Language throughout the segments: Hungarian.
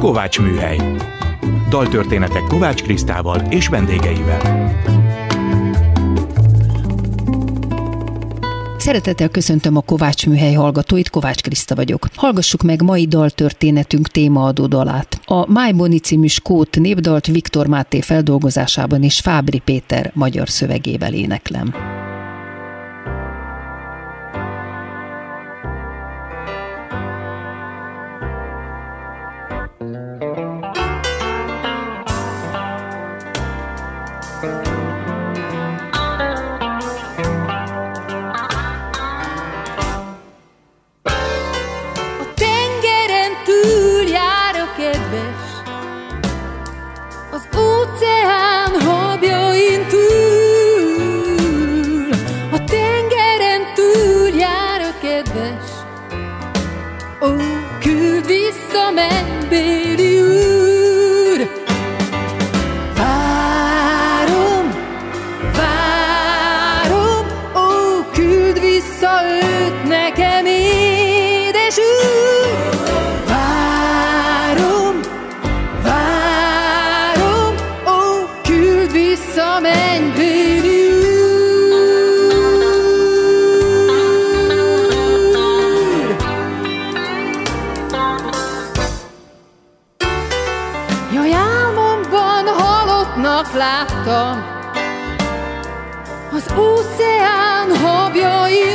Kovács Műhely. Daltörténetek Kovács Krisztával és vendégeivel. Szeretettel köszöntöm a Kovács Műhely hallgatóit, Kovács Kriszta vagyok. Hallgassuk meg mai daltörténetünk témaadó dalát. A Máj Boni című skót népdalt Viktor Máté feldolgozásában és Fábry Péter magyar szövegével éneklem. Láttam az óceán habjain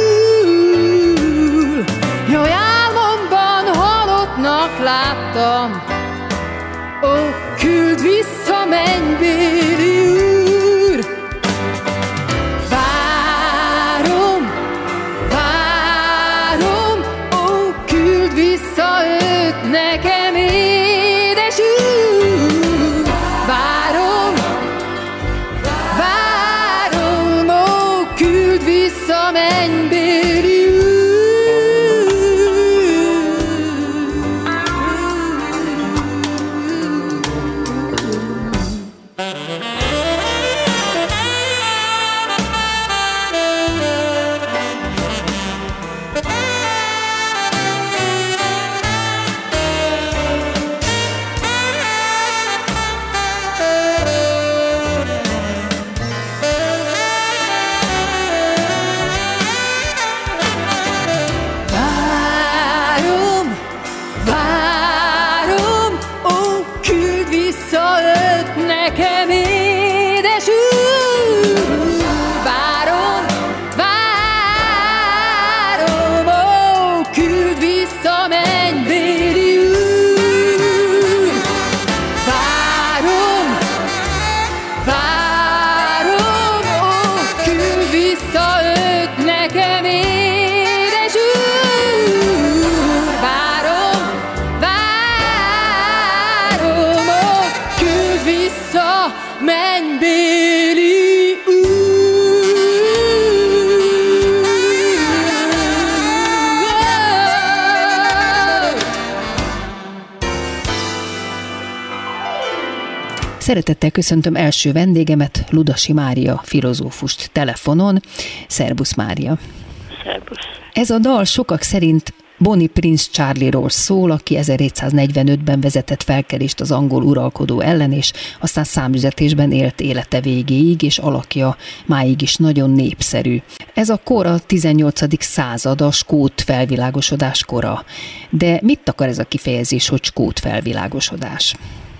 túl, jaj, álmomban halottnak láttam. Ó, küld vissza, mennybéli úr! Várom, várom, ó, küld vissza őt nekem, édes úr! Várom, vissza, mennybéli úr! Nekem, édes úr! Várom, várom, ó, küld vissza, mennybéli úr! Várom, várom, ó, küld vissza őt nekem, édes úr! Várom, várom, ó, küld vissza, mennybéli úr! Szeretettel köszöntöm első vendégemet, Ludasi Mária filozófust telefonon. Szerbusz, Mária! Szerbusz! Ez a dal sokak szerint Bonnie Prince Charlie-ról szól, aki 1745-ben vezetett felkelést az angol uralkodó ellen, és aztán számüzetésben élt élete végéig, és alakja máig is nagyon népszerű. Ez a kor a 18. század, a skót felvilágosodás kora. De mit akar ez a kifejezés, hogy skót felvilágosodás?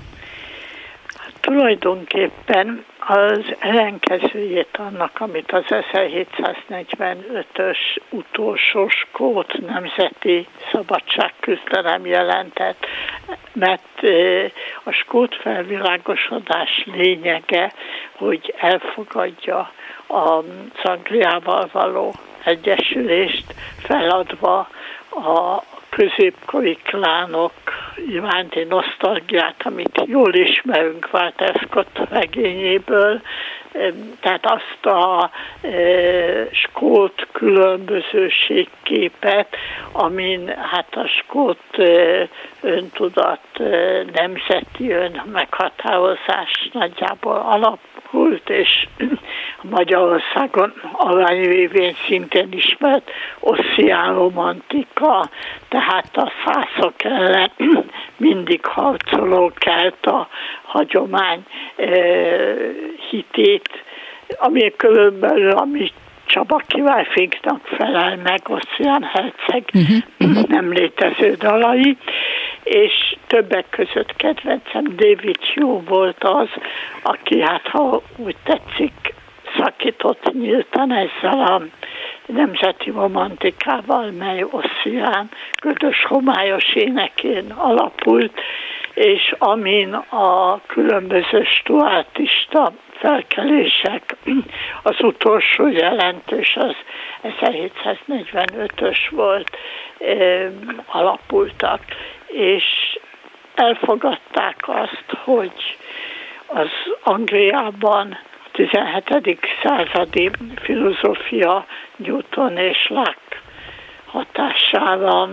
Tulajdonképpen az ellenkezőjét annak, amit az 1745-ös utolsó skót nemzeti szabadságküzdelem jelentett, mert a skót felvilágosodás lényege, hogy elfogadja az Angliával való egyesülést, feladva a középkori klánok iránti nosztalgiát, amit jól ismerünk Walter Scott regényéből, tehát azt a skót különbözőségképet, amin hát a skót öntudat, nemzeti önmeghatározás nagyjából alapult, és Magyarországon aranyrévén szintén ismert oszcián romantika, tehát a szászok ellen mindig harcoló kelt a hagyomány hitét, ami körülbelül, ami Csaba Királyfinknak felel meg, Osztrián herceg nem létező dalai, és többek között kedvencem David Hume volt az, aki, hát ha úgy tetszik, szakított nyíltan ezzel a nemzeti romantikával, mely Osztrián ködös homályos énekén alapult, és amin a különböző stuartista felkelések, az utolsó jelentős, az 1745-ös volt, alapultak, és elfogadták azt, hogy az Angliában 17. századi filozófia Newton és Locke hatására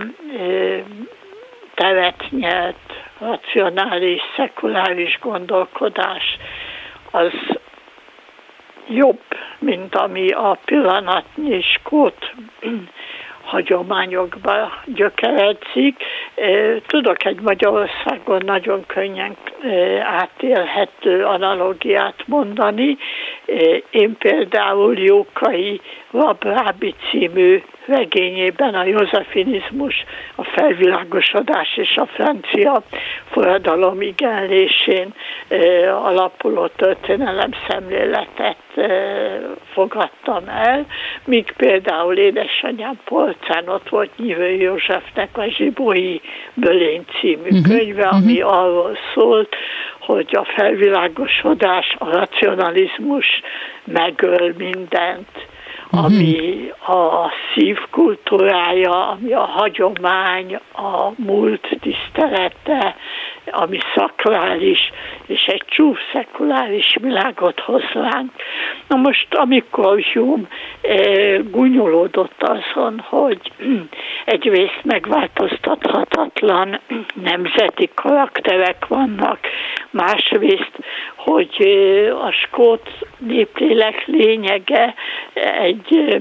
teret nyert racionális, szekuláris gondolkodás, az jobb, mint ami a pillanatnyi skót hagyományokba gyökeredzik. Tudok egy Magyarországon nagyon könnyen átélhető analógiát mondani. Én például Jókai Labrábi című regényében a józsefinizmus, a felvilágosodás és a francia forradalom igenlésén alapuló történelem szemléletet fogadtam el, míg például édesanyám polcán ott volt Nyívő Józsefnek a Zsibói Bölény című könyve, ami arról szólt, hogy a felvilágosodás, a racionalizmus megöl mindent, ami a szív kultúrája, ami a hagyomány, a múlt tisztelete, ami szakrális, és egy csúf szekuláris világot hoz ránk. Na most, amikor Hume gúnyolódott azon, hogy egyrészt megváltoztathatatlan nemzeti karakterek vannak, másrészt, hogy a skót néplélek lényege egy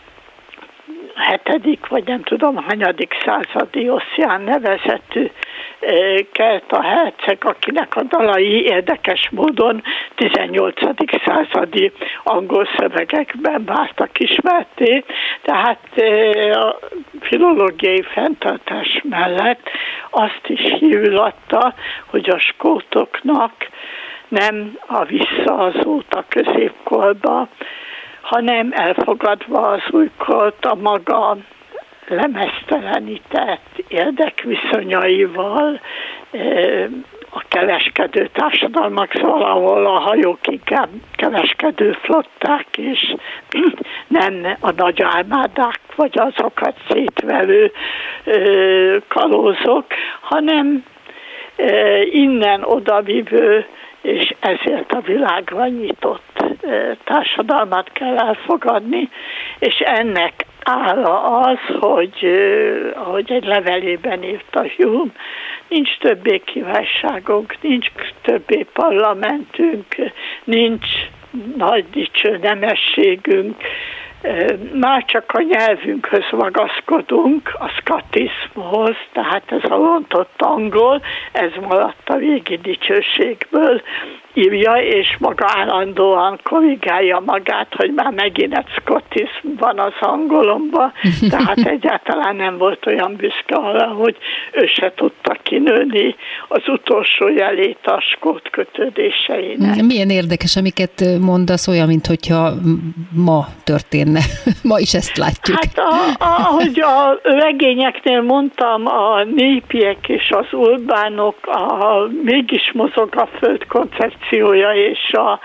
7. vagy nem tudom hanyadik századi Ossian nevezetű kelta herceg, akinek a dalai érdekes módon 18. századi angol szövegekben váltak ismerté, tehát a filológiai fenntartás mellett azt is hírül adta, hogy a skótoknak nem a vissza az út a középkorba, hanem elfogadva az újkort a maga lemeztelenített érdekviszonyaival, a kereskedő társadalmak, szóval ahol a hajók inkább kereskedő flották, és nem a nagy armádák, vagy azokat szétverő kalózok, hanem innen odavívő, és ezért a világra nyitott társadalmat kell elfogadni, és ennek ára az, hogy ahogy egy levelében írta Hume, nincs többé királyságunk, nincs többé parlamentünk, nincs nagy dicső nemességünk, már csak a nyelvünkhöz ragaszkodunk, a szkotizmhoz, tehát ez a rontott angol, ez maradt a régi dicsőségből, írja, és maga állandóan korrigálja magát, hogy már megint egy szkotizm van az angolomban, tehát egyáltalán nem volt olyan büszke arra, hogy ő se tudta kinőni az utolsó jelét a skót kötődéseinek. Milyen érdekes, amiket mondasz, olyan, mintha ma történne. Ma is ezt látjuk. Hát ahogy a regényeknél mondtam, a népiek és az urbánok, mégis mozog a föld koncepciója, és a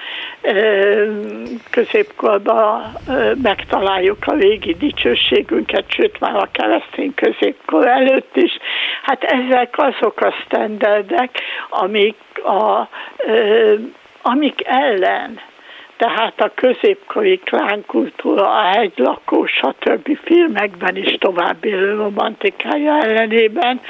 középkorban megtaláljuk a régi dicsőségünket, sőt már a keresztény középkor előtt is. Hát ezek azok a sztenderdek, amik ellen, tehát a középkori klánkultúra, a hegylakó, stb. Filmekben is tovább élő romantikája ellenében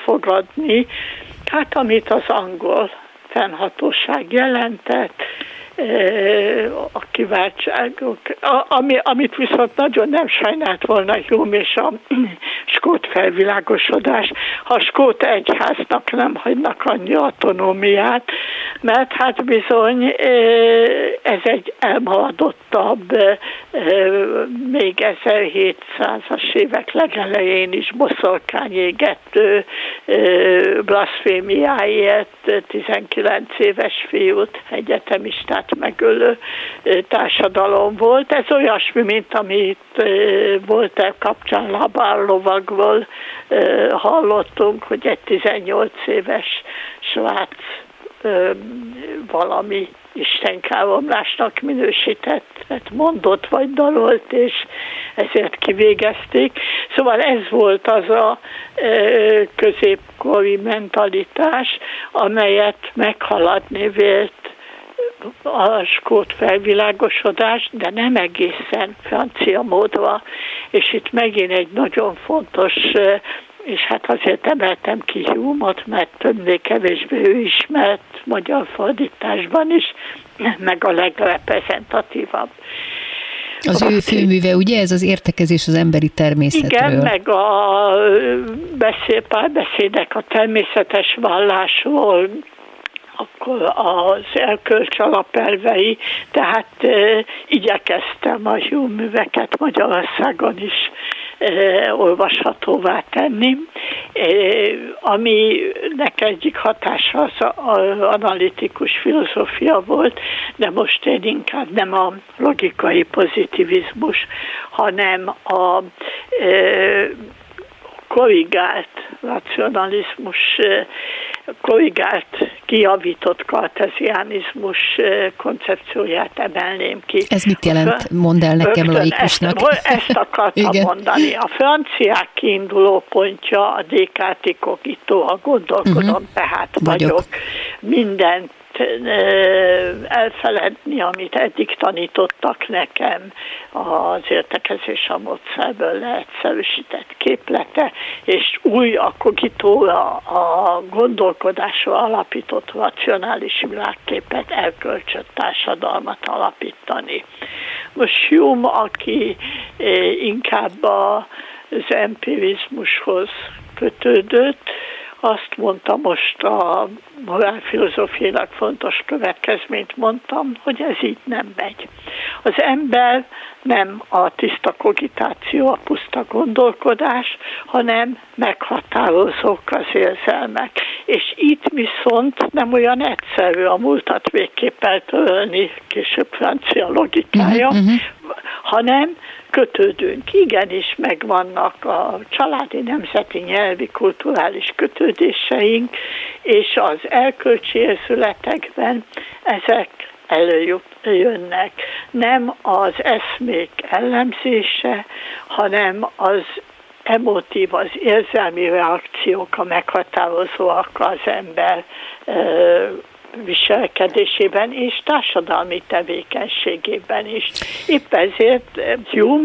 elfogadni, hát amit az angol fennhatóság jelentett, a kiváltságok. Amit viszont nagyon nem sajnált volna Hume és a skót felvilágosodás, ha a skót egyháznak nem hagynak annyi autonómiát, mert hát bizony ez egy elmaradottabb, még 1700-as évek legelején is boszorkányégető blaszfémiáért 19 éves fiút, egyetemistát megölő társadalom volt. Ez olyasmi, mint amit Voltaire kapcsán Labarre lovagból hallottunk, hogy egy 18 éves svác valami istenkáromlásnak minősített, mondott vagy dalolt, és ezért kivégezték. Szóval ez volt az a középkori mentalitás, amelyet meghaladni vélt a skót felvilágosodás, de nem egészen francia módra. És itt megint egy nagyon fontos, és hát azért emeltem ki Hume-ot, mert többé-kevésbé ő ismert magyar fordításban is, meg a legreprezentatívabb. Az ő főműve, ugye, ez az értekezés az emberi természetről. Igen, meg a párbeszédek a természetes vallásról, akkor az erkölcs alapelvei, tehát igyekeztem a Hume műveket Magyarországon is olvashatóvá tenni. Aminek egyik hatása az analitikus filozófia volt, de most én inkább nem a logikai pozitivizmus, hanem a korrigált racionalizmus, korrigált, kijavított karteziánizmus koncepcióját emelném ki. Ez mit jelent? Mondd el nekem laikusnak. Ezt akartam mondani. A franciák kiinduló pontja a Descartes-i cogito, a gondolkodom, tehát vagyok. Mindent elfeledni, amit eddig tanítottak nekem, az értekezés a módszerből leegyszerűsített képlete, és új a cogitóra, a gondolkodásra alapított racionális világképet, elkölcsött társadalmat alapítani. Most Hume, aki inkább az empirizmushoz kötődött, azt mondta, most a morálfilozófiailag fontos következményt mondtam, hogy ez így nem megy. Az ember nem a tiszta kogitáció, a puszta gondolkodás, hanem meghatározók az érzelmek. És itt viszont nem olyan egyszerű a múltat végképp eltörölni, később francia logikája, hanem kötődünk. Igenis megvannak a családi, nemzeti, nyelvi, kulturális kötődéseink, és az erkölcsi érzületekben ezek előjönnek. Nem az eszmék elemzése, hanem az emotív, az érzelmi reakciók a meghatározóak az ember viselkedésében és társadalmi tevékenységében is. Épp ezért Hume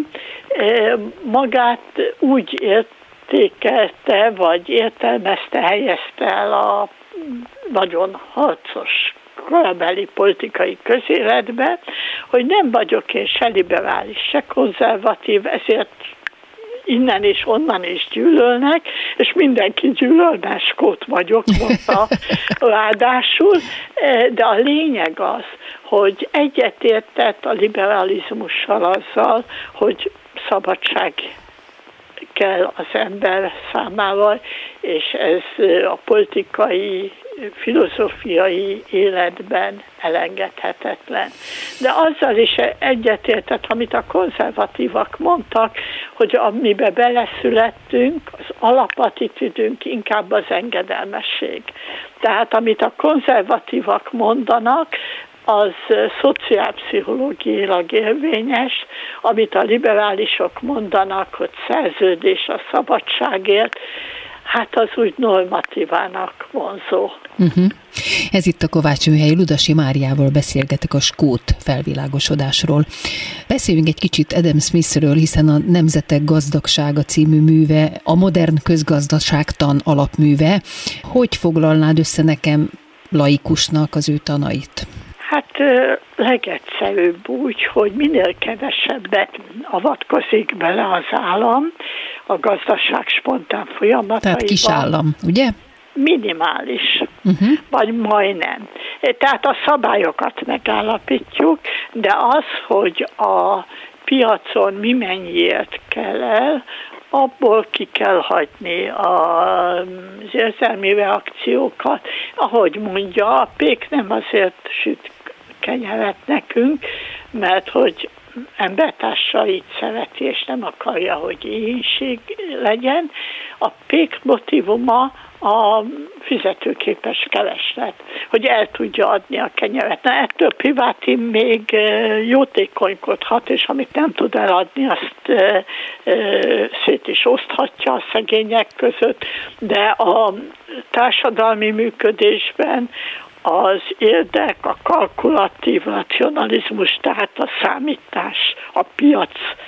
magát úgy értékelte, vagy értelmezte, helyezte el a nagyon harcos korabeli politikai közéletbe, hogy nem vagyok én se liberális, se konzervatív, ezért innen és onnan is gyűlölnek, és mindenki gyűlöl, mert skót vagyok, mondta ráadásul, de a lényeg az, hogy egyetértett a liberalizmussal azzal, hogy szabadság kell az ember számára, és ez a politikai, filozófiai életben elengedhetetlen. De azzal is egyetértett, amit a konzervatívak mondtak, hogy amiben beleszülettünk, az alapattitűdünk inkább az engedelmesség. Tehát amit a konzervatívak mondanak, az szociálpszichológiailag érvényes, amit a liberálisok mondanak, hogy szerződés a szabadságért, hát az úgy normatívának vonzó. Ez itt a Kovács-műhelyi Ludasi Máriával beszélgetek a skót felvilágosodásról. Beszéljünk egy kicsit Adam Smithről, hiszen a Nemzetek gazdagsága című műve a modern közgazdaságtan alapműve. Hogy foglalnád össze nekem laikusnak az ő tanait? Hát Hát legegyszerűbb úgy, hogy minél kevesebbet avatkozik bele az állam a gazdaság spontán folyamataiba. Tehát kis állam, ugye? Minimális, vagy majdnem. Tehát a szabályokat megállapítjuk, de az, hogy a piacon mi mennyiért kell el, abból ki kell hagyni az érzelmi reakciókat. Ahogy mondja, a pék nem azért süt kenyeret nekünk, mert hogy embertársait szereti, és nem akarja, hogy éhínség legyen. A pék motívuma a fizetőképes kereslet, hogy el tudja adni a kenyeret. Na, ettől Pivatin még jótékonykodhat, és amit nem tud eladni, azt szét is oszthatja a szegények között, de a társadalmi működésben az érdek, a kalkulatív racionalizmus, tehát a számítás, a piac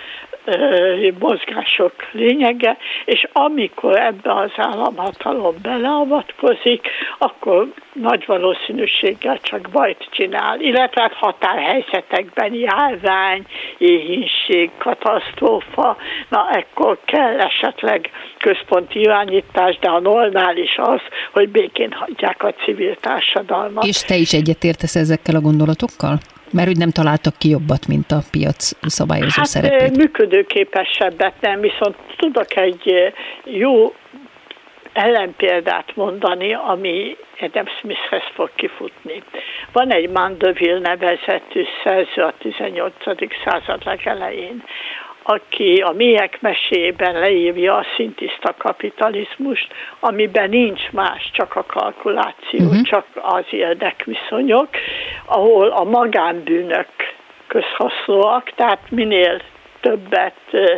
mozgások lényege, és amikor ebbe az államhatalom beleavatkozik, akkor nagy valószínűséggel csak bajt csinál, illetve határhelyzetekben járvány, éhínség, katasztrófa, na ekkor kell esetleg központi irányítás, de a normális az, hogy békén hagyják a civil társadalmat. És te is egyetértesz ezekkel a gondolatokkal? Mert úgy nem találtak ki jobbat, mint a piac szabályozó szerepét. Működőképesebbet nem, viszont tudok egy jó ellenpéldát mondani, ami Adam Smithhez fog kifutni. Van egy Mandeville nevezetű szerző a 18. század legelején, aki a Méhek meséjében leírja a szintiszta kapitalizmust, amiben nincs más, csak a kalkuláció, csak az érdekviszonyok, ahol a magánbűnök közhasznúak, tehát minél többet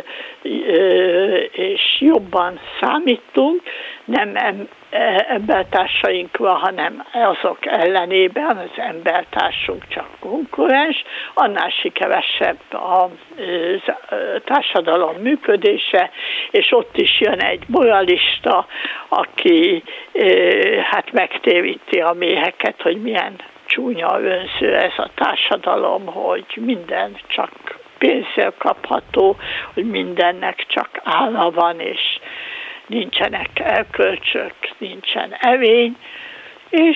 és jobban számítunk, nem embertársaink van, hanem azok ellenében az embertársunk csak konkurens, annál sikeresebb a társadalom működése, és ott is jön egy moralista, aki hát megtévíti a méheket, hogy milyen csúnya önző ez a társadalom, hogy minden csak pénzzel kapható, hogy mindennek csak álla van, és nincsenek elkölcsök, nincsen evény, és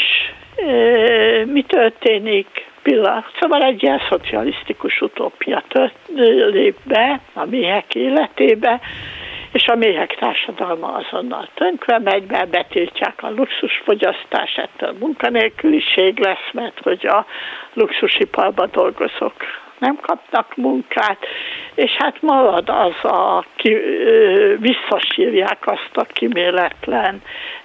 mi történik? Szóval egy ilyen szocialisztikus utópia lép be a méhek életébe, és a méhek társadalma azonnal tönkre megy, mert betiltják a luxusfogyasztás, ettől munkanélküliség lesz, mert hogy a luxusiparban dolgozók nem kapnak munkát, és hát marad az, visszasírják azt a kíméletlen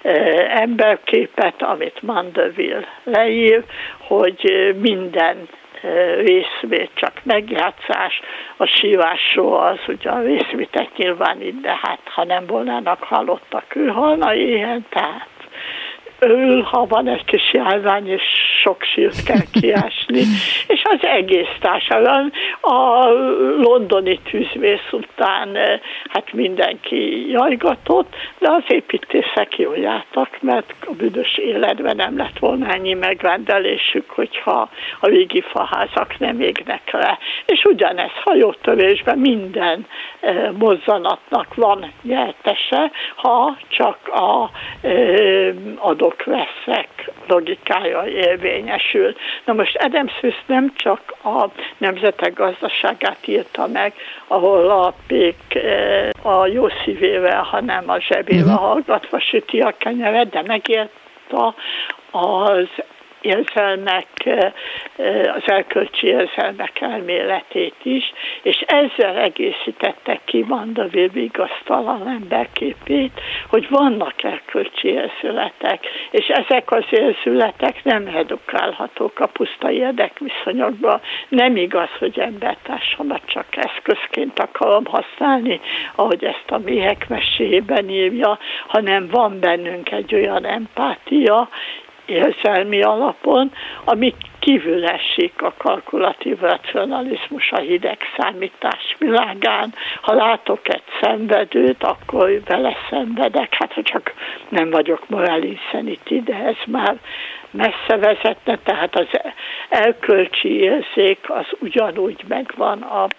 emberképet, amit Mandeville leír, hogy minden részvét csak megjátszás, a sírásról az ugye a részvétet nyilvánít, de hát ha nem volnának halottak, ő halna éhen, tehát örül, ha van egy kis járvány, és sok sírt kell kiásni, és az egész társadalom a londoni tűzvész után hát mindenki jajgatott, de az építészek jól jártak, mert a büdös életben nem lett volna ennyi megrendelésük, hogyha a régi faházak nem égnek le. És ugyanez hajótörésben minden mozzanatnak van nyertese, ha csak a adok-veszek logikája érvényesül. Na most Adam Smith nem csak a nemzetek gazdaságát írta meg, ahol a pék a jó szívével, hanem a zsebével hallgatva süti a kenyeret, de megírta az érzelmek, az erkölcsi érzelmek elméletét is, és ezzel egészítette ki Mandeville vigasztalan emberképét, hogy vannak erkölcsi érzületek, és ezek az érzületek nem redukálhatók a puszta érdekviszonyokba. Nem igaz, hogy embertársamat csak eszközként akarom használni, ahogy ezt a Méhek meséjében írja, hanem van bennünk egy olyan empátia, érzelmi alapon, ami kívül esik a kalkulatív racionalizmus a hideg számítás világán. Ha látok egy szenvedőt, akkor vele szenvedek. Hát ha csak nem vagyok moral insanity, de ez már messze vezetne, tehát az erkölcsi érzék az ugyanúgy megvan az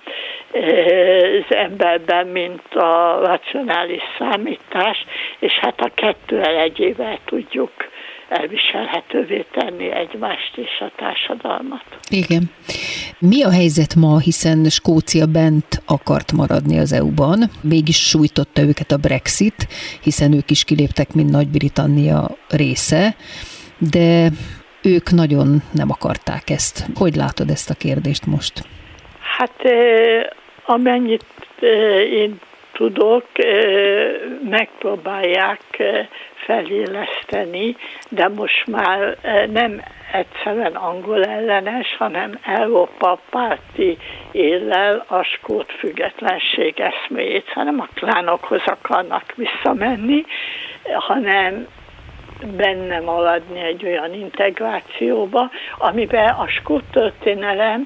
emberben, mint a racionális számítás, és hát a kettővel egyével tudjuk elviselhetővé tenni egymást és a társadalmat. Igen. Mi a helyzet ma, hiszen Skócia bent akart maradni az EU-ban, mégis sújtotta őket a Brexit, hiszen ők is kiléptek, mint Nagy-Britannia része, de ők nagyon nem akarták ezt. Hogy látod ezt a kérdést most? Hát amennyit én tudok, megpróbálják feléleszteni, de most már nem egyszerűen angol ellenes, hanem Európa párti éllel a skót függetlenség eszméjét, hanem a klánokhoz akarnak visszamenni, hanem benne maradni egy olyan integrációba, amiben a skót történelem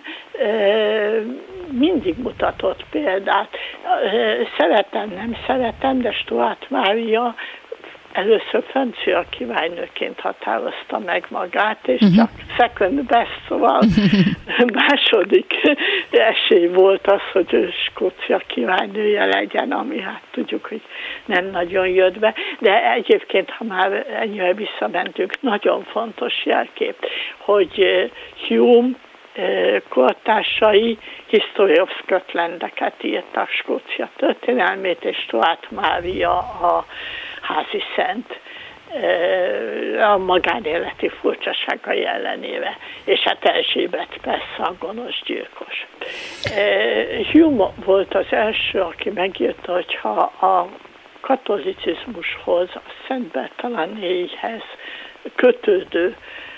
mindig mutatott példát. Szeretem, nem szeretem, de Stuart Mária először francia királynőként határozta meg magát, és csak second best, szóval második esély volt az, hogy ő Skócia királynője legyen, ami hát tudjuk, hogy nem nagyon jött be, de egyébként, ha már ennyire visszamentünk, nagyon fontos jelkép, hogy Hume kortársai History of Scotland-eket írtak, Skócia történelmét, és Stuart Mária a házi szent a magánéleti furcsaságai ellenére, és hát Erzsébet persze a gonosz gyilkos. Hume volt az első, aki megírta, hogyha a katolicizmushoz, a Szent Bertalannéihez kötődő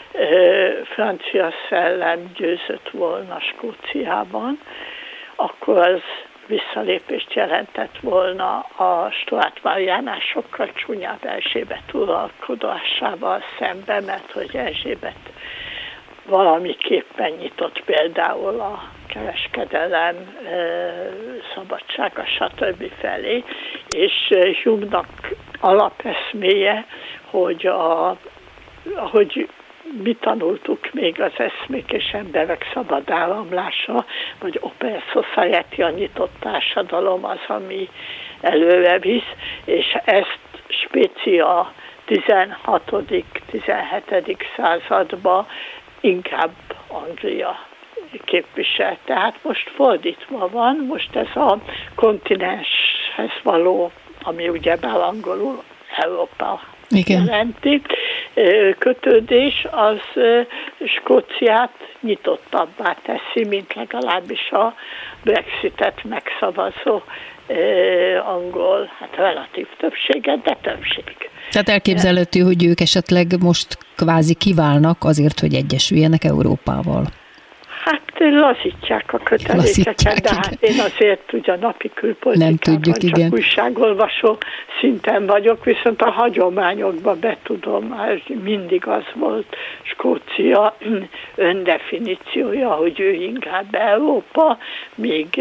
francia szellem győzött volna Skóciában, akkor az visszalépést jelentett volna a Stuart Máriánál sokkal csúnyább Erzsébet uralkodásával szemben, mert hogy Erzsébet valamiképpen nyitott például a kereskedelem szabadsága, stb. Felé, és Hume-nak alapeszméje, hogy ahogy mi tanultuk még az eszmék és emberek szabad áramlása, vagy Open Society, a nyitott társadalom az, ami előre visz, és ezt spécia 16.-17. században inkább Anglia képvisel. Tehát most fordítva van, most ez a kontinenshez való, ami ugyebár angolul Európa jelenti, kötődés, az Skóciát nyitottabbá teszi, mint legalábbis a Brexitet megszavazó angol, hát relatív többséget, de többség. Tehát elképzelhető, hogy ők esetleg most kvázi kiválnak azért, hogy egyesüljenek Európával. Hát lazítják a kötelékeket, de hát én azért ugye a napi külpolitikában csak újságolvasó szinten vagyok, viszont a hagyományokban betudom, mindig az volt Skócia öndefiníciója, hogy ő inkább Európa, még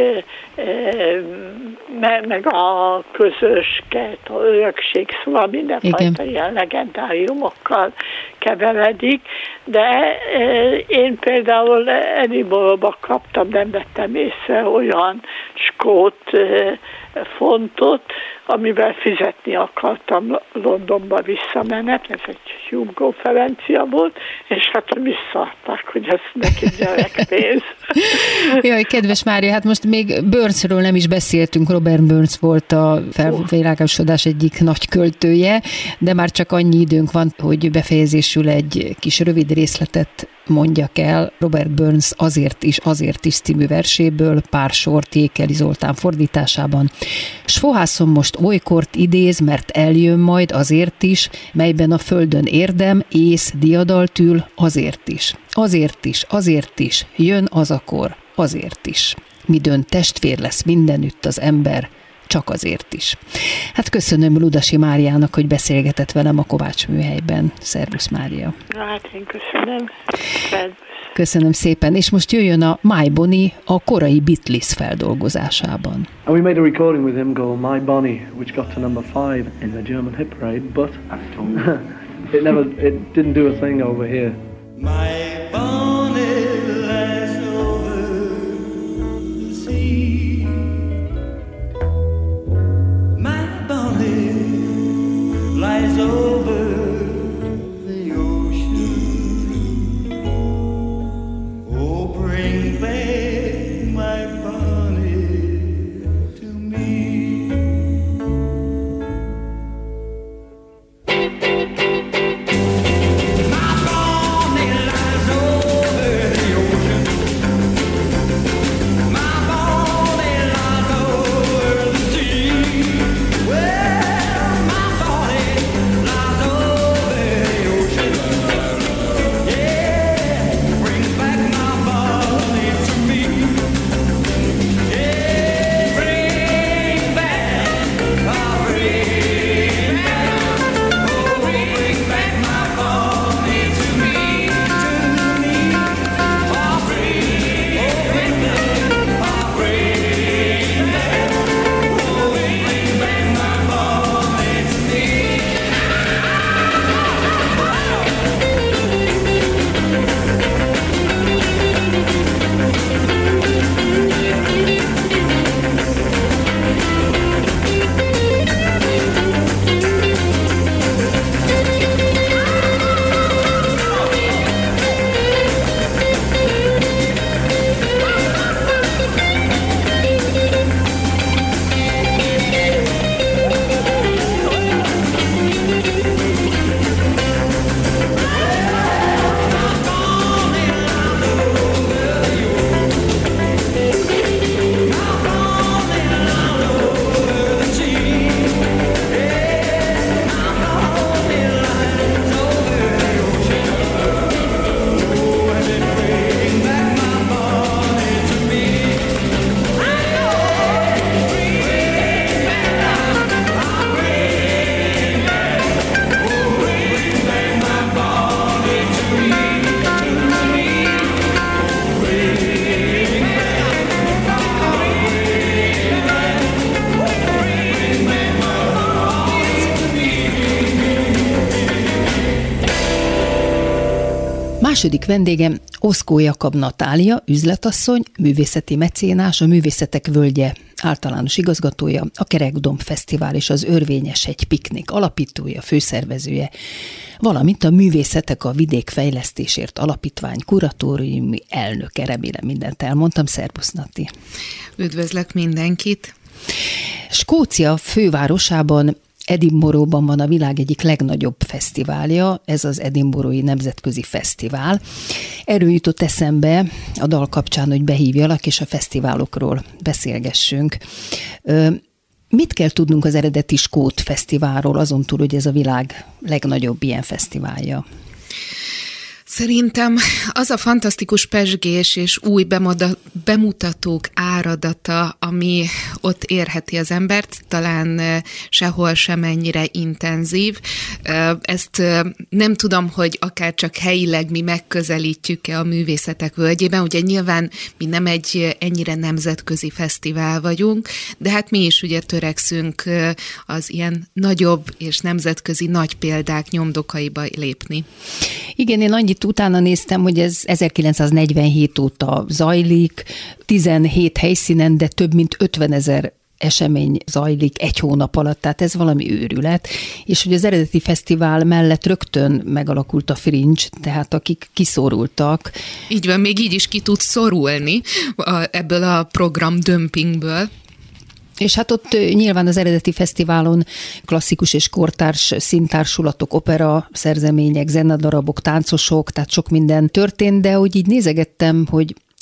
meg a közös kert, a örökség, szóval mindenfajta ilyen legendáriumokkal keveredik, de én például Edinburghba kaptam, nem vettem észre olyan skót fontot, amivel fizetni akartam Londonba visszamenet, ez egy Hume konferencia volt, és hát visszaadták, hogy ez neki gyerekpénz. Jaj, kedves Mária, hát most még Burnsről nem is beszéltünk, Robert Burns volt a felvilágosodás egyik nagy költője, de már csak annyi időnk van, hogy befejezésül egy kis rövid részletet mondjak el Robert Burns azért is című verséből, pár sort Jékeli Zoltán fordításában. S fohászom most olykort idéz, mert eljön majd azért is, melyben a földön érdem, ész, diadalt ül, azért is, jön az a kor, azért is. Midőn testvér lesz mindenütt az ember, csak azért is. Hát köszönöm Ludasi Máriának, hogy beszélgetett velem a Kovács Műhelyben. Szervusz, Mária! Hát én köszönöm. Köszönöm szépen, és most jöjjön a My Bonnie a korai Beatles feldolgozásában. And we made a recording with him called My Bonnie, which got to number 5 in the German hit parade, but it didn't do a thing over here. My Bonnie lies over the sea. My Bonnie lies over the ocean. Oh, bring back my Bonnie to me. Második vendégem Oszkó Jakab Natália, üzletasszony, művészeti mecénás, a Művészetek Völgye általános igazgatója, a Kerekdomb Fesztivál és az Örvényes Hegy Piknik alapítója, főszervezője, valamint a Művészetek a Vidékfejlesztésért Alapítvány kuratóriumi elnöke. Remélem mindent elmondtam. Szerbusz, Nati! Üdvözlök mindenkit! Skócia fővárosában, Edinburghban van a világ egyik legnagyobb fesztiválja, ez az Edinburghi Nemzetközi Fesztivál. Erről jutott eszembe a dal kapcsán, hogy behívjalak, és a fesztiválokról beszélgessünk. Mit kell tudnunk az eredeti skót fesztiválról, azon túl, hogy ez a világ legnagyobb ilyen fesztiválja? Szerintem az a fantasztikus pezsgés és új bemutatók áradata, ami ott érheti az embert, talán sehol sem ennyire intenzív. Ezt nem tudom, hogy akár csak helyileg mi megközelítjük-e a Művészetek Völgyében. Ugye nyilván mi nem egy ennyire nemzetközi fesztivál vagyunk, de hát mi is ugye törekszünk az ilyen nagyobb és nemzetközi nagy példák nyomdokaiba lépni. Igen, én annyit utána néztem, hogy ez 1947 óta zajlik, 17 helyszínen, de több mint 50 000 esemény zajlik egy hónap alatt, tehát ez valami őrület. És hogy az eredeti fesztivál mellett rögtön megalakult a Fringe, tehát akik kiszorultak. Így van, még így is ki tud szorulni ebből a program dömpingből. És hát ott nyilván az eredeti fesztiválon klasszikus és kortárs színtársulatok, opera szerzemények, zenedarabok, táncosok, tehát sok minden történt, de hogy így nézegettem, hogy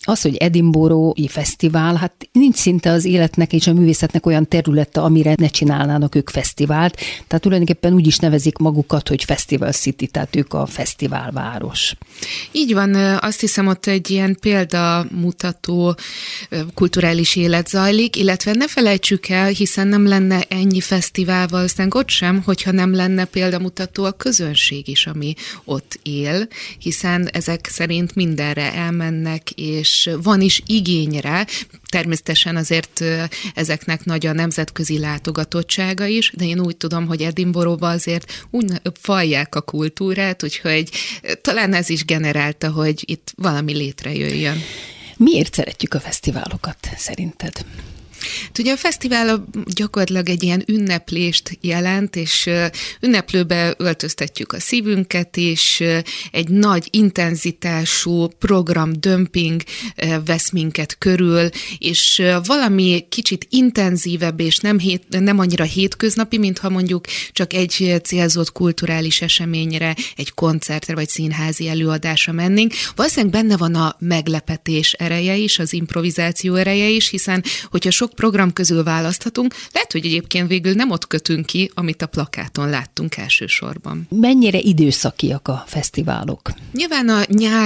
Az, hogy Edinburgh-i fesztivál, hát nincs szinte az életnek és a művészetnek olyan területe, amire ne csinálnának ők fesztivált. Tehát tulajdonképpen úgy is nevezik magukat, hogy Festival City, tehát ők a fesztiválváros. Így van, azt hiszem ott egy ilyen példamutató kulturális élet zajlik, illetve ne felejtsük el, hiszen nem lenne ennyi fesztivál valószínűleg ott sem, hogyha nem lenne példamutató a közönség is, ami ott él, hiszen ezek szerint mindenre elmennek, és van is igényre. Természetesen azért ezeknek nagy a nemzetközi látogatottsága is, de én úgy tudom, hogy Edinburghba azért úgy fajják a kultúrát, úgyhogy talán ez is generálta, hogy itt valami létrejöjjön. Miért szeretjük a fesztiválokat szerinted? Ugye a fesztivál gyakorlatilag egy ilyen ünneplést jelent, és ünneplőbe öltöztetjük a szívünket, és egy nagy intenzitású programdömping vesz minket körül, és valami kicsit intenzívebb, és nem annyira hétköznapi, mintha mondjuk csak egy célzott kulturális eseményre, egy koncertre vagy színházi előadásra mennénk. Valószínűleg benne van a meglepetés ereje is, az improvizáció ereje is, hiszen hogyha sok program közül választhatunk, lehet, hogy egyébként végül nem ott kötünk ki, amit a plakáton láttunk elsősorban. Mennyire időszakiak a fesztiválok? Nyilván a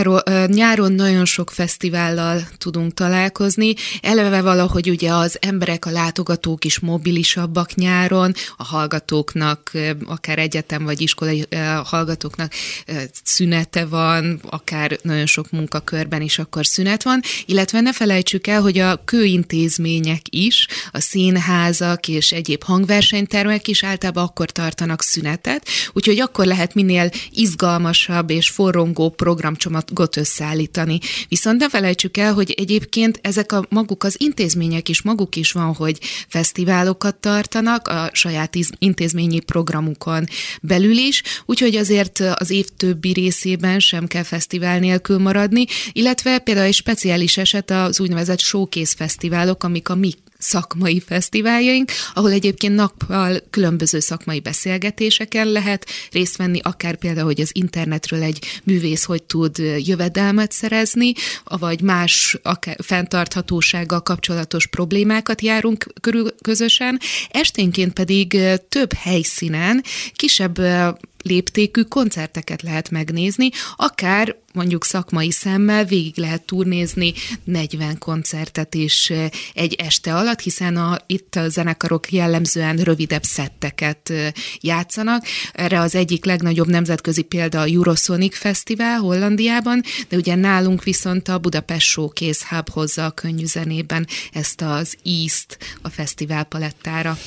nyáron nagyon sok fesztivállal tudunk találkozni, eleve valahogy ugye az emberek, a látogatók is mobilisabbak nyáron, a hallgatóknak, akár egyetem vagy iskolai hallgatóknak szünete van, akár nagyon sok munkakörben is akkor szünet van, illetve ne felejtsük el, hogy a kőintézmények is, a színházak és egyéb hangversenytermek is általában akkor tartanak szünetet, úgyhogy akkor lehet minél izgalmasabb és forrongó programcsomagot összeállítani. Viszont ne felejtsük el, hogy egyébként ezek maguk az intézmények is, maguk is van, hogy fesztiválokat tartanak a saját intézményi programukon belül is, úgyhogy azért az év többi részében sem kell fesztivál nélkül maradni, illetve például egy speciális eset az úgynevezett showcase fesztiválok, amik a mi szakmai fesztiváljaink, ahol egyébként nappal különböző szakmai beszélgetéseken lehet részt venni, akár például, hogy az internetről egy művész hogy tud jövedelmet szerezni, vagy más akár fenntarthatósággal kapcsolatos problémákat járunk körül közösen. Esténként pedig több helyszínen kisebb léptékű koncerteket lehet megnézni, akár mondjuk szakmai szemmel végig lehet turnézni 40 koncertet is egy este alatt, hiszen itt a zenekarok jellemzően rövidebb szetteket játszanak. Erre az egyik legnagyobb nemzetközi példa a Eurosonic Fesztivál Hollandiában, de ugye nálunk viszont a Budapest Showcase Hub hozza a könnyű zenében ezt az ízt a fesztivál palettára.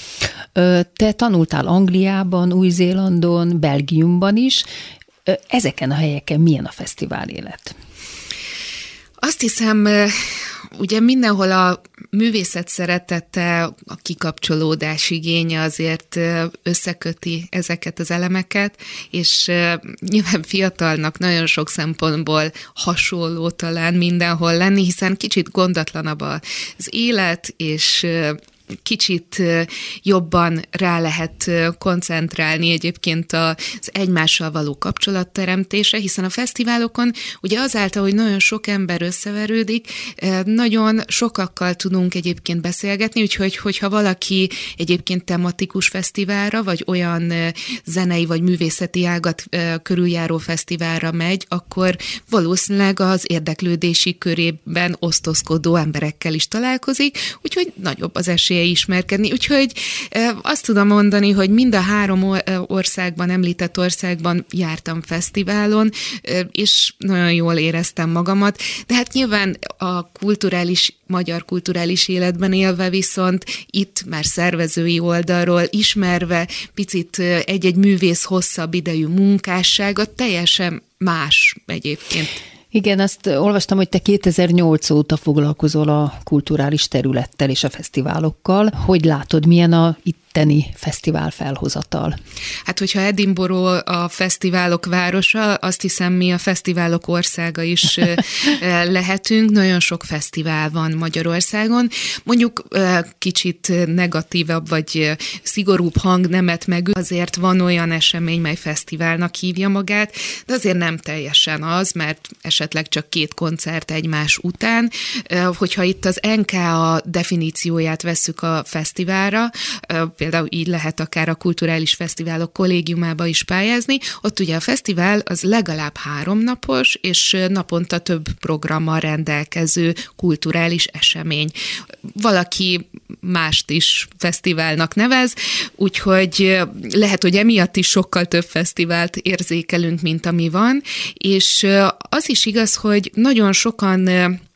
Te tanultál Angliában, Új-Zélandon, Belgiumban is. Ezeken a helyeken milyen a fesztivál élet? Azt hiszem, ugye mindenhol a művészet szeretete, a kikapcsolódás igénye azért összeköti ezeket az elemeket, és nyilván fiatalnak nagyon sok szempontból hasonló talán mindenhol lenni, hiszen kicsit gondatlanabb az élet, és kicsit jobban rá lehet koncentrálni egyébként az egymással való kapcsolatteremtésre, hiszen a fesztiválokon ugye azáltal, hogy nagyon sok ember összeverődik, nagyon sokakkal tudunk egyébként beszélgetni, úgyhogy hogyha valaki egyébként tematikus fesztiválra, vagy olyan zenei vagy művészeti ágat körüljáró fesztiválra megy, akkor valószínűleg az érdeklődési körében osztozkodó emberekkel is találkozik, úgyhogy nagyobb az esélye ismerkedni. Úgyhogy azt tudom mondani, hogy mind a 3 országban, említett országban jártam fesztiválon, és nagyon jól éreztem magamat, de hát nyilván a magyar kulturális életben élve viszont itt már szervezői oldalról ismerve picit egy-egy művész hosszabb idejű munkássága teljesen más egyébként. Igen, azt olvastam, hogy te 2008 óta foglalkozol a kulturális területtel és a fesztiválokkal. Hogy látod, milyen a itteni fesztivál felhozatal? Hát, hogyha Edinburgh a fesztiválok városa, azt hiszem mi a fesztiválok országa is lehetünk. Nagyon sok fesztivál van Magyarországon. Mondjuk kicsit negatívabb vagy szigorúbb hangnemet meg azért van olyan esemény, mely fesztiválnak hívja magát, de azért nem teljesen az, mert esetleg esetleg csak 2 koncert egymás után. Hogyha itt az NKA definícióját vesszük a fesztiválra, például így lehet akár a kulturális fesztiválok kollégiumába is pályázni, ott ugye a fesztivál az legalább 3 napos, és naponta több programmal rendelkező kulturális esemény. Valaki mást is fesztiválnak nevez, úgyhogy lehet, hogy emiatt is sokkal több fesztivált érzékelünk, mint ami van, és az is igaz, hogy nagyon sokan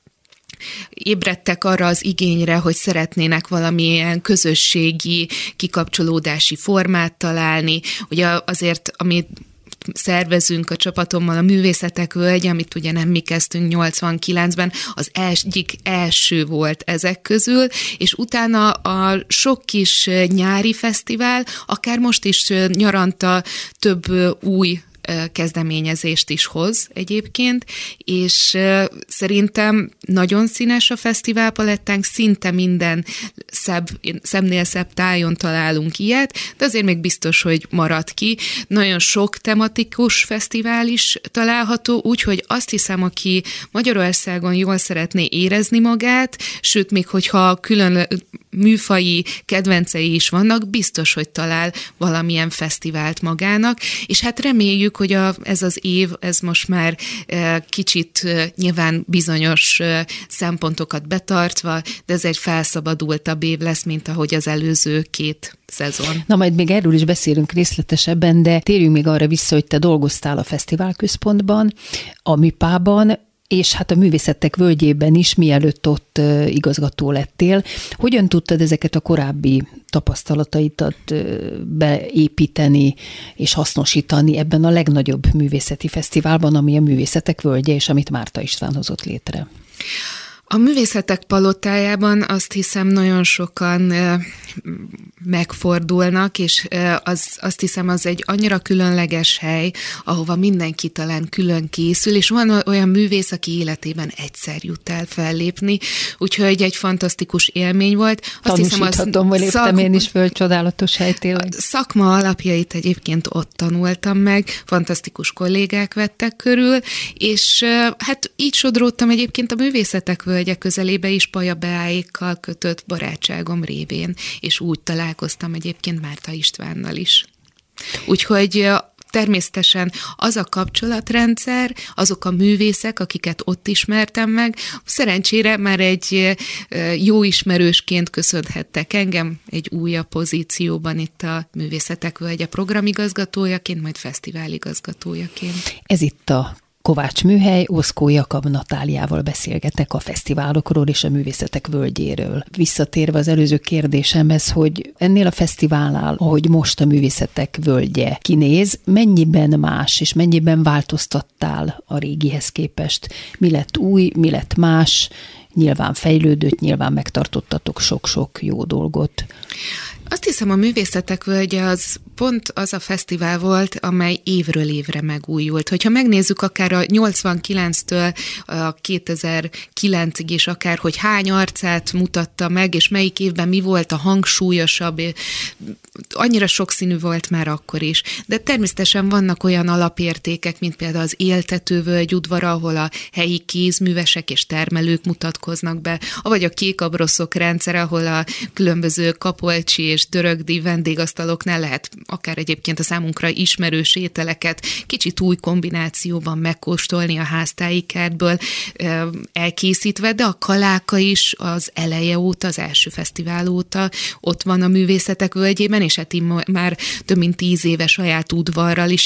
ébredtek arra az igényre, hogy szeretnének valamilyen közösségi kikapcsolódási formát találni. Ugye azért, amit szervezünk a csapatommal, a Művészetek Völgye, amit ugye nem mi kezdtünk 89-ben, az egyik első volt ezek közül, és utána a sok kis nyári fesztivál, akár most is nyaranta több új kezdeményezést is hoz egyébként, és szerintem nagyon színes a fesztiválpalettánk, szinte minden szebbnél szebb tájon találunk ilyet, de azért még biztos, hogy marad ki. Nagyon sok tematikus fesztivál is található, úgyhogy azt hiszem, aki Magyarországon jól szeretné érezni magát, sőt, még hogyha külön műfaji kedvencei is vannak, biztos, hogy talál valamilyen fesztivált magának, és hát reméljük, hogy ez az év, ez most már kicsit nyilván bizonyos szempontokat betartva, de ez egy felszabadultabb év lesz, mint ahogy az előző 2 szezon. Na, majd még erről is beszélünk részletesebben, de térjünk még arra vissza, hogy te dolgoztál a fesztiválközpontban, a MIPA-ban, és hát a Művészetek Völgyében is, mielőtt ott igazgató lettél. Hogyan tudtad ezeket a korábbi tapasztalataidat beépíteni és hasznosítani ebben a legnagyobb művészeti fesztiválban, ami a Művészetek Völgye, és amit Márta István hozott létre? A Művészetek Palotájában azt hiszem nagyon sokan megfordulnak, és azt hiszem az egy annyira különleges hely, ahova mindenki talán külön készül, és van olyan művész, aki életében egyszer jut el fellépni, úgyhogy egy fantasztikus élmény volt. Tanúsíthatom, hogy léptem én is föl, csodálatos hely tényleg. Szakma alapjait egyébként ott tanultam meg, fantasztikus kollégák vettek körül, és hát így sodródtam egyébként a Művészetek Völgye közelébe is Paja Beáékkal kötött barátságom révén, és úgy találkoztam egyébként Márta Istvánnal is. Úgyhogy természetesen az a kapcsolatrendszer, azok a művészek, akiket ott ismertem meg, szerencsére már egy jó ismerősként köszönhettek engem egy újabb pozícióban itt a Művészetek Völgye programigazgatójaként, majd fesztiváligazgatójaként. Ez itt a Kovács Műhely, Oszkó Jakab Natáliával beszélgetek a fesztiválokról és a Művészetek Völgyéről. Visszatérve az előző kérdésemhez, hogy ennél a fesztiválnál, ahogy most a Művészetek Völgye kinéz, mennyiben más és mennyiben változtattál a régihez képest? Mi lett új, mi lett más? Nyilván fejlődött, nyilván megtartottatok sok-sok jó dolgot. Azt hiszem, a Művészetek Völgye az pont az a fesztivál volt, amely évről évre megújult. Hogyha megnézzük akár a 89-től a 2009-ig is akár, hogy hány arcát mutatta meg, és melyik évben mi volt a hangsúlyosabb, annyira sokszínű volt már akkor is. De természetesen vannak olyan alapértékek, mint például az Éltetővölgy udvara, ahol a helyi kézművesek és termelők mutatkoznak be, vagy a Kékabroszok rendszer, ahol a különböző kapolcsi és dörögdi vendégasztaloknál lehet akár egyébként a számunkra ismerős ételeket kicsit új kombinációban megkóstolni a háztáji kertből elkészítve, de a Kaláka is az eleje óta, az első fesztivál óta ott van a Művészetek Völgyében, és hát már több mint 10 éve saját udvarral is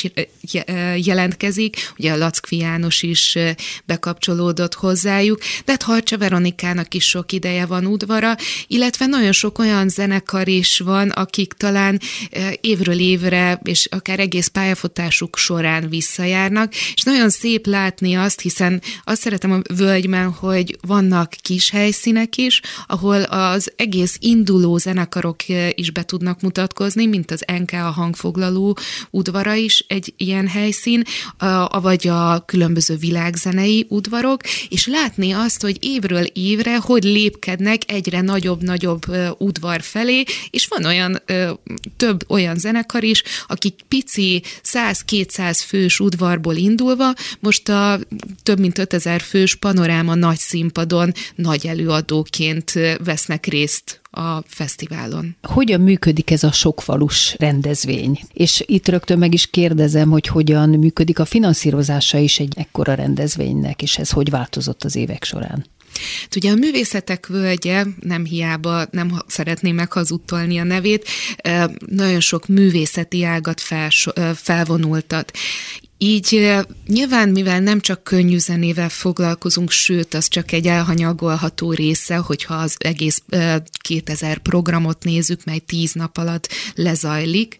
jelentkezik, ugye a Lackfi János is bekapcsolódott hozzájuk, de hát Harcsa Veronikának is sok ideje van udvara, illetve nagyon sok olyan zenekar is van, akik talán évről évre, és akár egész pályafutásuk során visszajárnak, és nagyon szép látni azt, hiszen azt szeretem a Völgyben, hogy vannak kis helyszínek is, ahol az egész induló zenekarok is be tudnak mutatkozni, mint az NKA hangfoglaló udvara is egy ilyen helyszín, vagy a különböző világzenei udvarok, és látni azt, hogy évről évről évre, hogy lépkednek egyre nagyobb udvar felé, és van olyan több olyan zenekar is, akik pici 100-200 fős udvarból indulva, most a több mint 5000 fős Panoráma nagy színpadon nagy előadóként vesznek részt a fesztiválon. Hogyan működik ez a sokfalus rendezvény? És itt rögtön meg is kérdezem, hogy hogyan működik a finanszírozása is egy ekkora rendezvénynek, és ez hogy változott az évek során? Ugye a Művészetek Völgye, nem hiába, nem szeretném meghazudtolni a nevét, nagyon sok művészeti ágat felvonultat. Így nyilván, mivel nem csak könnyű zenével foglalkozunk, sőt, az csak egy elhanyagolható része, hogyha az egész 2000 programot nézzük, mely 10 nap alatt lezajlik.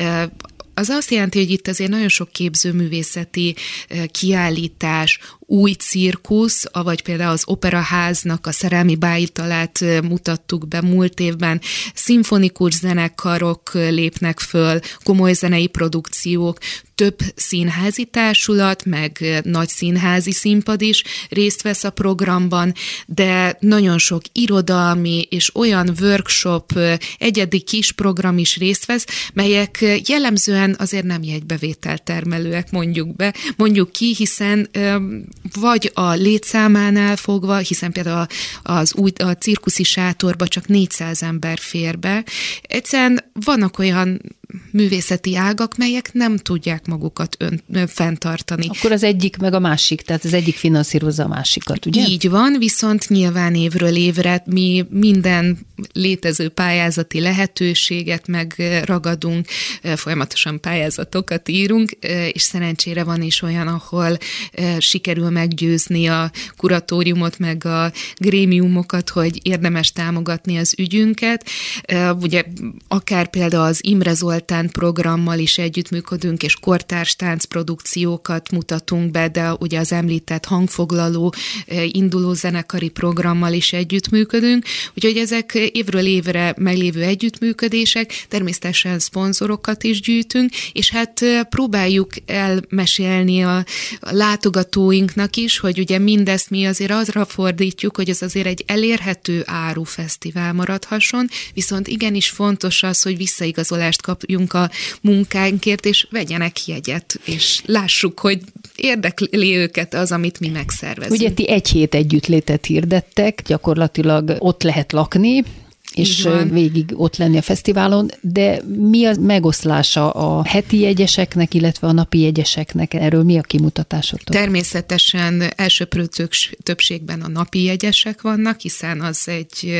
Az azt jelenti, hogy itt azért nagyon sok képzőművészeti kiállítás, új cirkusz, avagy például az Operaháznak a Szerelmi Bájitalát mutattuk be múlt évben, szimfonikus zenekarok lépnek föl, komoly zenei produkciók, több színházi társulat, meg nagy színházi színpad is részt vesz a programban, de nagyon sok irodalmi és olyan workshop, egyedi kis program is részt vesz, melyek jellemzően azért nem jegybevételtermelőek, mondjuk ki, hiszen vagy a létszámánál fogva, hiszen például a cirkuszi sátorba csak 400 ember fér be. Egyszerűen vannak olyan művészeti ágak, melyek nem tudják magukat fenntartani. Akkor az egyik meg a másik, tehát az egyik finanszírozza a másikat, ugye? Így van, viszont nyilván évről évre mi minden létező pályázati lehetőséget megragadunk, folyamatosan pályázatokat írunk, és szerencsére van is olyan, ahol sikerül meggyőzni a kuratóriumot, meg a grémiumokat, hogy érdemes támogatni az ügyünket. Ugye akár például az Imre Zoltán programmal is együttműködünk, és kortárs táncprodukciókat mutatunk be, de ugye az említett hangfoglaló induló zenekari programmal is együttműködünk, úgyhogy ezek évről évre meglévő együttműködések, természetesen szponzorokat is gyűjtünk, és hát próbáljuk elmesélni a látogatóinknak is, hogy ugye mindezt mi azért arra fordítjuk, hogy ez azért egy elérhető áru fesztivál maradhasson, viszont igenis fontos az, hogy visszaigazolást kapjunk a munkánkért, és vegyenek jegyet, és lássuk, hogy érdekli őket az, amit mi megszervezünk. Ugye ti egy hét együttlétet hirdettek, gyakorlatilag ott lehet lakni, és végig ott lenni a fesztiválon, de mi a megoszlása a heti jegyeseknek, illetve a napi jegyeseknek? Erről mi a kimutatásotok? Természetesen elsöprő többségben a napi jegyesek vannak, hiszen az egy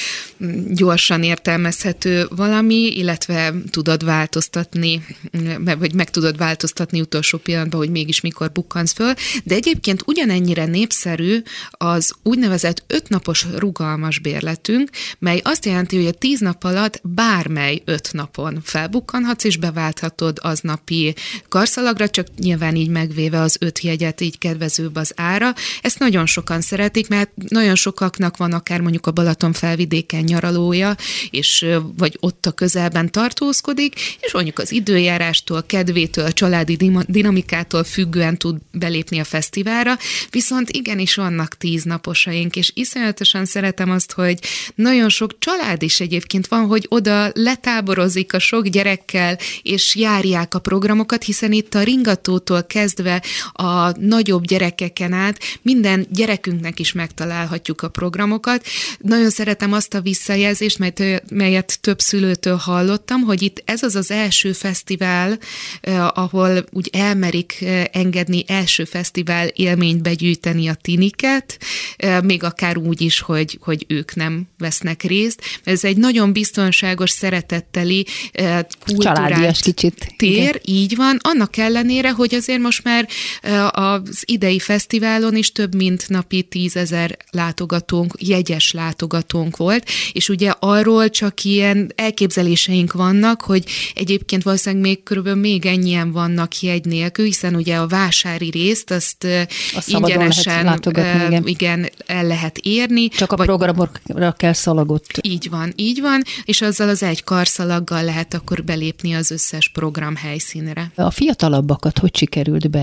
gyorsan értelmezhető valami, illetve tudod változtatni, vagy meg tudod változtatni utolsó pillanatban, hogy mégis mikor bukkansz föl, de egyébként ugyanennyire népszerű az úgynevezett 5 napos rugalmas bérletünk, mely azt jelenti, hogy a 10 nap alatt bármely 5 napon felbukkanhatsz, és beválthatod aznapi karszalagra, csak nyilván így megvéve az 5 jegyet, így kedvezőbb az ára. Ezt nagyon sokan szeretik, mert nagyon sokaknak van akár mondjuk a Balaton felvidéken nyaralója, és vagy ott a közelben tartózkodik, és mondjuk az időjárástól, kedvétől, a családi dinamikától függően tud belépni a fesztiválra, viszont igenis vannak 10 naposaink, és iszonyatosan szeretem azt, hogy nagyon sok család is egyébként van, hogy oda letáborozik a sok gyerekkel, és járják a programokat, hiszen itt a ringatótól kezdve a nagyobb gyerekeken át minden gyerekünknek is megtalálhatjuk a programokat. Nagyon szeretem azt a visszajelzést, melyet több szülőtől hallottam, hogy itt ez az első fesztivál, ahol úgy elmerik engedni első fesztivál élményt begyűjteni a tiniket, még akár úgy is, hogy ők nem vesznek részt. Ez egy nagyon biztonságos, szeretetteli, kulturális kicsit tér, igen. Így van, annak ellenére, hogy azért most már az idei fesztiválon is több mint napi 10 000 látogatónk, jegyes látogatónk volt, és ugye arról csak ilyen elképzeléseink vannak, hogy egyébként valószínűleg még ennyien vannak jegy nélkül, hiszen ugye a vásári részt azt ingyenesen igen, el lehet érni. Csak a programokra kell szalagot. Így van, és azzal az egy karszalaggal lehet akkor belépni az összes program helyszínre. A fiatalabbakat hogy sikerült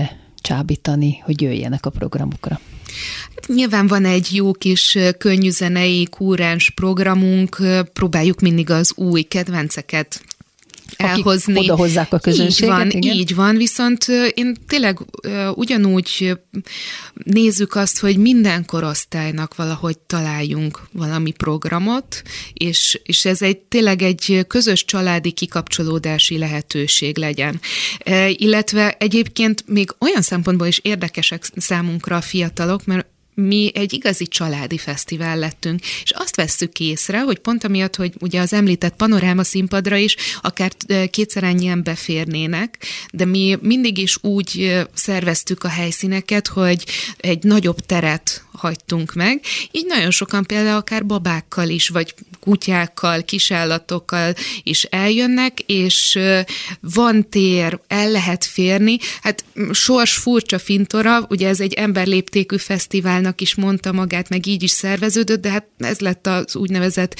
csábítani, hogy jöjjenek a programokra? Nyilván van egy jó kis könnyű zenei kúráns programunk, próbáljuk mindig az új kedvenceket elhozni. Akik odahozzák a közönséget. Így van, viszont én tényleg ugyanúgy nézzük azt, hogy minden korosztálynak valahogy találjunk valami programot, és ez tényleg egy közös családi kikapcsolódási lehetőség legyen. Illetve egyébként még olyan szempontból is érdekesek számunkra a fiatalok, mert mi egy igazi családi fesztivál lettünk, és azt vesszük észre, hogy pont amiatt, hogy ugye az említett panoráma színpadra is akár kétszer ennyien beférnének, de mi mindig is úgy szerveztük a helyszíneket, hogy egy nagyobb teret hagytunk meg, így nagyon sokan például akár babákkal is, vagy kutyákkal, kisállatokkal is eljönnek, és van tér, el lehet férni. Hát sors furcsa fintora, ugye ez egy emberléptékű fesztiválnak is mondta magát, meg így is szerveződött, de hát ez lett az úgynevezett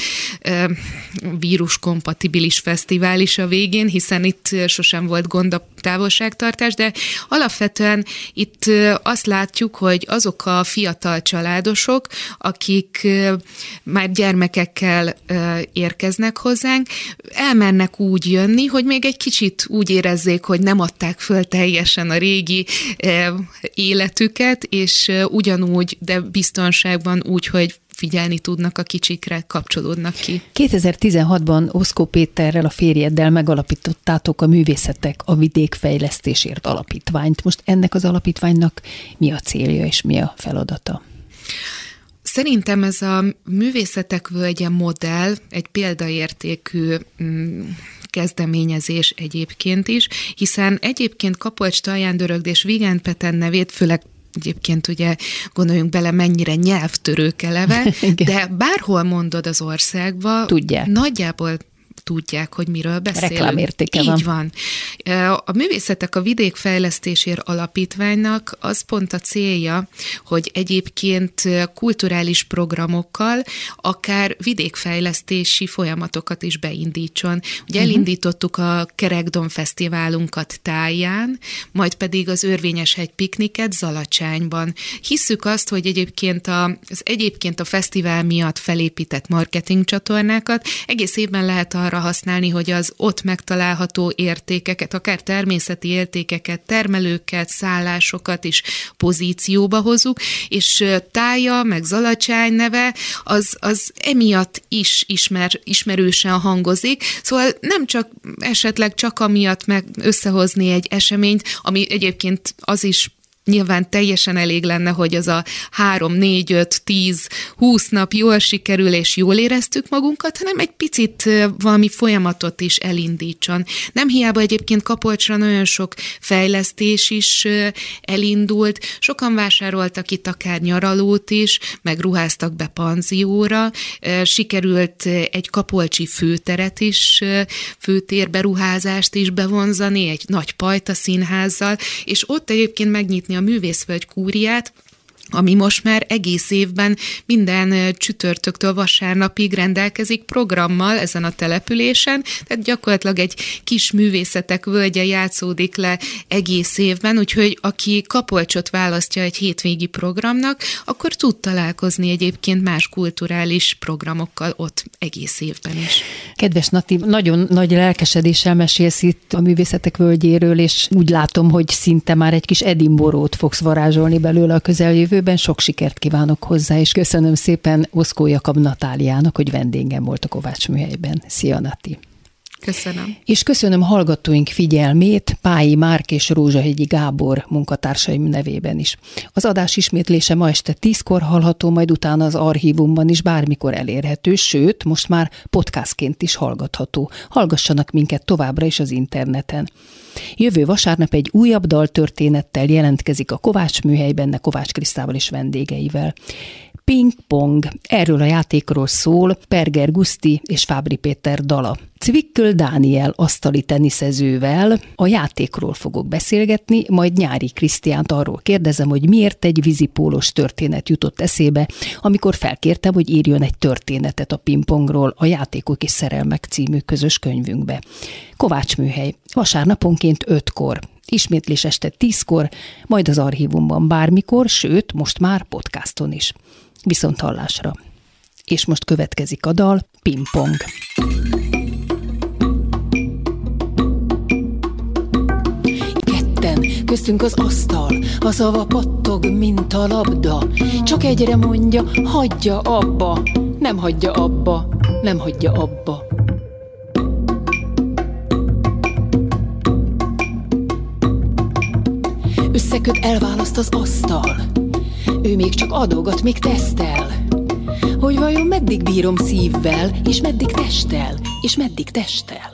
víruskompatibilis fesztivál is a végén, hiszen itt sosem volt gond a távolságtartás, de alapvetően itt azt látjuk, hogy azok a fiatal családosok, akik már gyermekekkel érkeznek hozzánk, elmennek úgy jönni, hogy még egy kicsit úgy érezzék, hogy nem adták föl teljesen a régi életüket, és ugyanúgy, de biztonságban úgy, hogy figyelni tudnak a kicsikre, kapcsolódnak ki. 2016-ban Oszkó Péterrel, a férjeddel megalapítottátok a Művészetek a Vidékfejlesztésért alapítványt. Most ennek az alapítványnak mi a célja és mi a feladata? Szerintem ez a Művészetek Völgye modell egy példaértékű kezdeményezés egyébként is, hiszen egyébként Kapolcs-Talján-Dörögd és Vigán Peten nevét, főleg egyébként ugye gondoljunk bele, mennyire nyelvtörők eleve, de bárhol mondod az országba, tudják. Nagyjából tudják, hogy miről beszélünk. Reklámértéke van. Így van. A Művészetek a Vidékfejlesztésért alapítványnak az pont a célja, hogy egyébként kulturális programokkal akár vidékfejlesztési folyamatokat is beindítson. Ugye elindítottuk a Kerekdom Fesztiválunkat Táján, majd pedig az Örvényeshegy pikniket Zalacsányban. Hisszük azt, hogy egyébként a fesztivál miatt felépített marketing csatornákat egész évben lehet arra használni, hogy az ott megtalálható értékeket, akár természeti értékeket, termelőket, szállásokat is pozícióba hozzuk, és Tája, meg Zalacsány neve, az emiatt is ismerősen hangozik, szóval nem csak esetleg csak amiatt meg összehozni egy eseményt, ami egyébként az is nyilván teljesen elég lenne, hogy az a 3, 4, 5, 10, 20 nap jól sikerül, és jól éreztük magunkat, hanem egy picit valami folyamatot is elindítson. Nem hiába egyébként Kapolcsra nagyon sok fejlesztés is elindult, sokan vásároltak itt akár nyaralót is, meg ruháztak be panzióra, sikerült egy kapolcsi főteret is, főtérberuházást is bevonzani, egy nagy pajta színházzal, és ott egyébként megnyitni a Művészvölgy kúriát, ami most már egész évben minden csütörtöktől vasárnapig rendelkezik programmal ezen a településen, tehát gyakorlatilag egy kis művészetek völgye játszódik le egész évben, úgyhogy aki Kapolcsot választja egy hétvégi programnak, akkor tud találkozni egyébként más kulturális programokkal ott egész évben is. Kedves Nati, nagyon nagy lelkesedéssel mesélsz itt a Művészetek Völgyéről, és úgy látom, hogy szinte már egy kis Edinborót fogsz varázsolni belőle a közeljövőben. Sok sikert kívánok hozzá, és köszönöm szépen Oszkó Jakab Natáliának, hogy vendégem volt a Kovács Műhelyben. Szia, Nati! Köszönöm. És köszönöm hallgatóink figyelmét Pályi Márk és Rózsahegyi Gábor munkatársaim nevében is. Az adás ismétlése ma este 10-kor hallható, majd utána az archívumban is bármikor elérhető, sőt, most már podcastként is hallgatható. Hallgassanak minket továbbra is az interneten. Jövő vasárnap egy újabb daltörténettel jelentkezik a Kovács Műhelyben, Kovács Krisztával és vendégeivel. Ping-pong, erről a játékról szól Perger Guszti és Fábri Péter dala. Cvikkel Dániel asztali teniszezővel a játékról fogok beszélgetni, majd Nyári Krisztiánt arról kérdezem, hogy miért egy vízipólos történet jutott eszébe, amikor felkértem, hogy írjon egy történetet a pingpongról a Játékok és szerelmek című közös könyvünkbe. Kovács Műhely, vasárnaponként 5-kor. Ismétlés este 10-kor, majd az archívumban bármikor, sőt, most már podcaston is. Viszonthallásra. És most következik a dal, Pingpong. Köztünk az asztal, a szava pattog, mint a labda. Csak egyre mondja, hagyja abba. Nem hagyja abba, nem hagyja abba. Összeköt, elválaszt az asztal. Ő még csak adogat, még tesztel. Hogy vajon meddig bírom szívvel, és meddig testtel, és meddig testtel.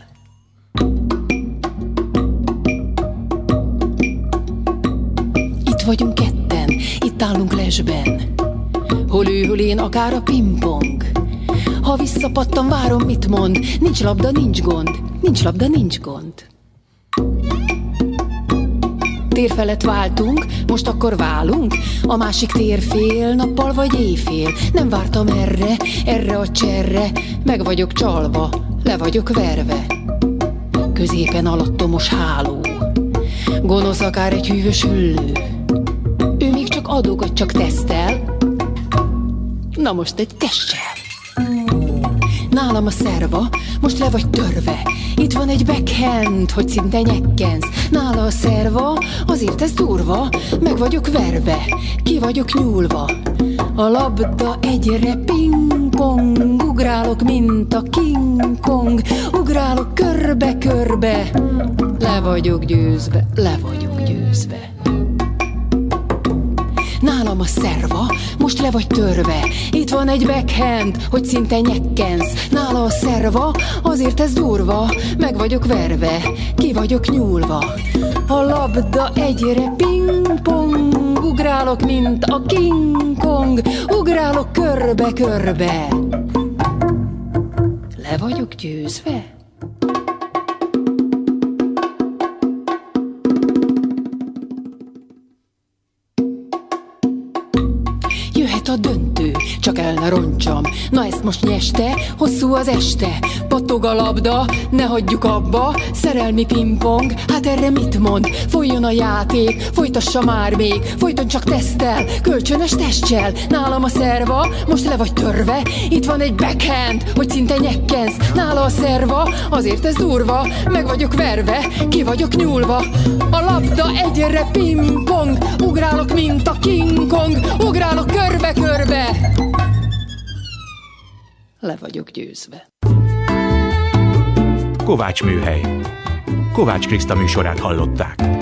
Itt vagyunk ketten, itt állunk lesben. Hol ő, hol én, akár a pingpong. Ha visszapattam, várom, mit mond. Nincs labda, nincs gond. Nincs labda, nincs gond. Tér felett váltunk, most akkor válunk. A másik térfél, nappal vagy éjfél. Nem vártam erre, erre a cserre. Meg vagyok csalva, le vagyok verve. Középen alattomos háló. Gonosz akár egy hűvös hüllő. Ő még csak adogat, csak tesztel. Na most egy testsel. Nálam a szerva, most le vagy törve. Itt van egy backhand, hogy szinte nyekkensz. Nála a szerva, azért ez durva. Meg vagyok verve, ki vagyok nyúlva. A labda egyre pingpong. Ugrálok, mint a King Kong. Ugrálok körbe-körbe. Le vagyok győzve, le vagyok győzve. Nálam a szerva, most le vagy törve. Itt van egy backhand, hogy szinte nyekkensz. Nála a szerva, azért ez durva. Meg vagyok verve, ki vagyok nyúlva. A labda egyre pingpong. Ugrálok, mint a King Kong. Ugrálok körbe-körbe. Le vagyok győzve. A döntő, csak el ne roncsam. Na ezt most nyeste, hosszú az este. Pattog a labda, ne hagyjuk abba. Szerelmi pingpong, hát erre mit mond? Folyjon a játék, folytassa már még. Folyton csak tesztel, kölcsönös testcsel. Nálam a szerva, most le vagy törve. Itt van egy backhand, hogy szinte nyekkensz. Nála a szerva, azért ez durva. Meg vagyok verve, ki vagyok nyúlva. A labda egyre pingpong. Ugrálok, mint a King Kong. Ugrálok körbe-körbe. Le vagyok győzve. Kovács Műhely. Kovács Kriszta műsorát hallották.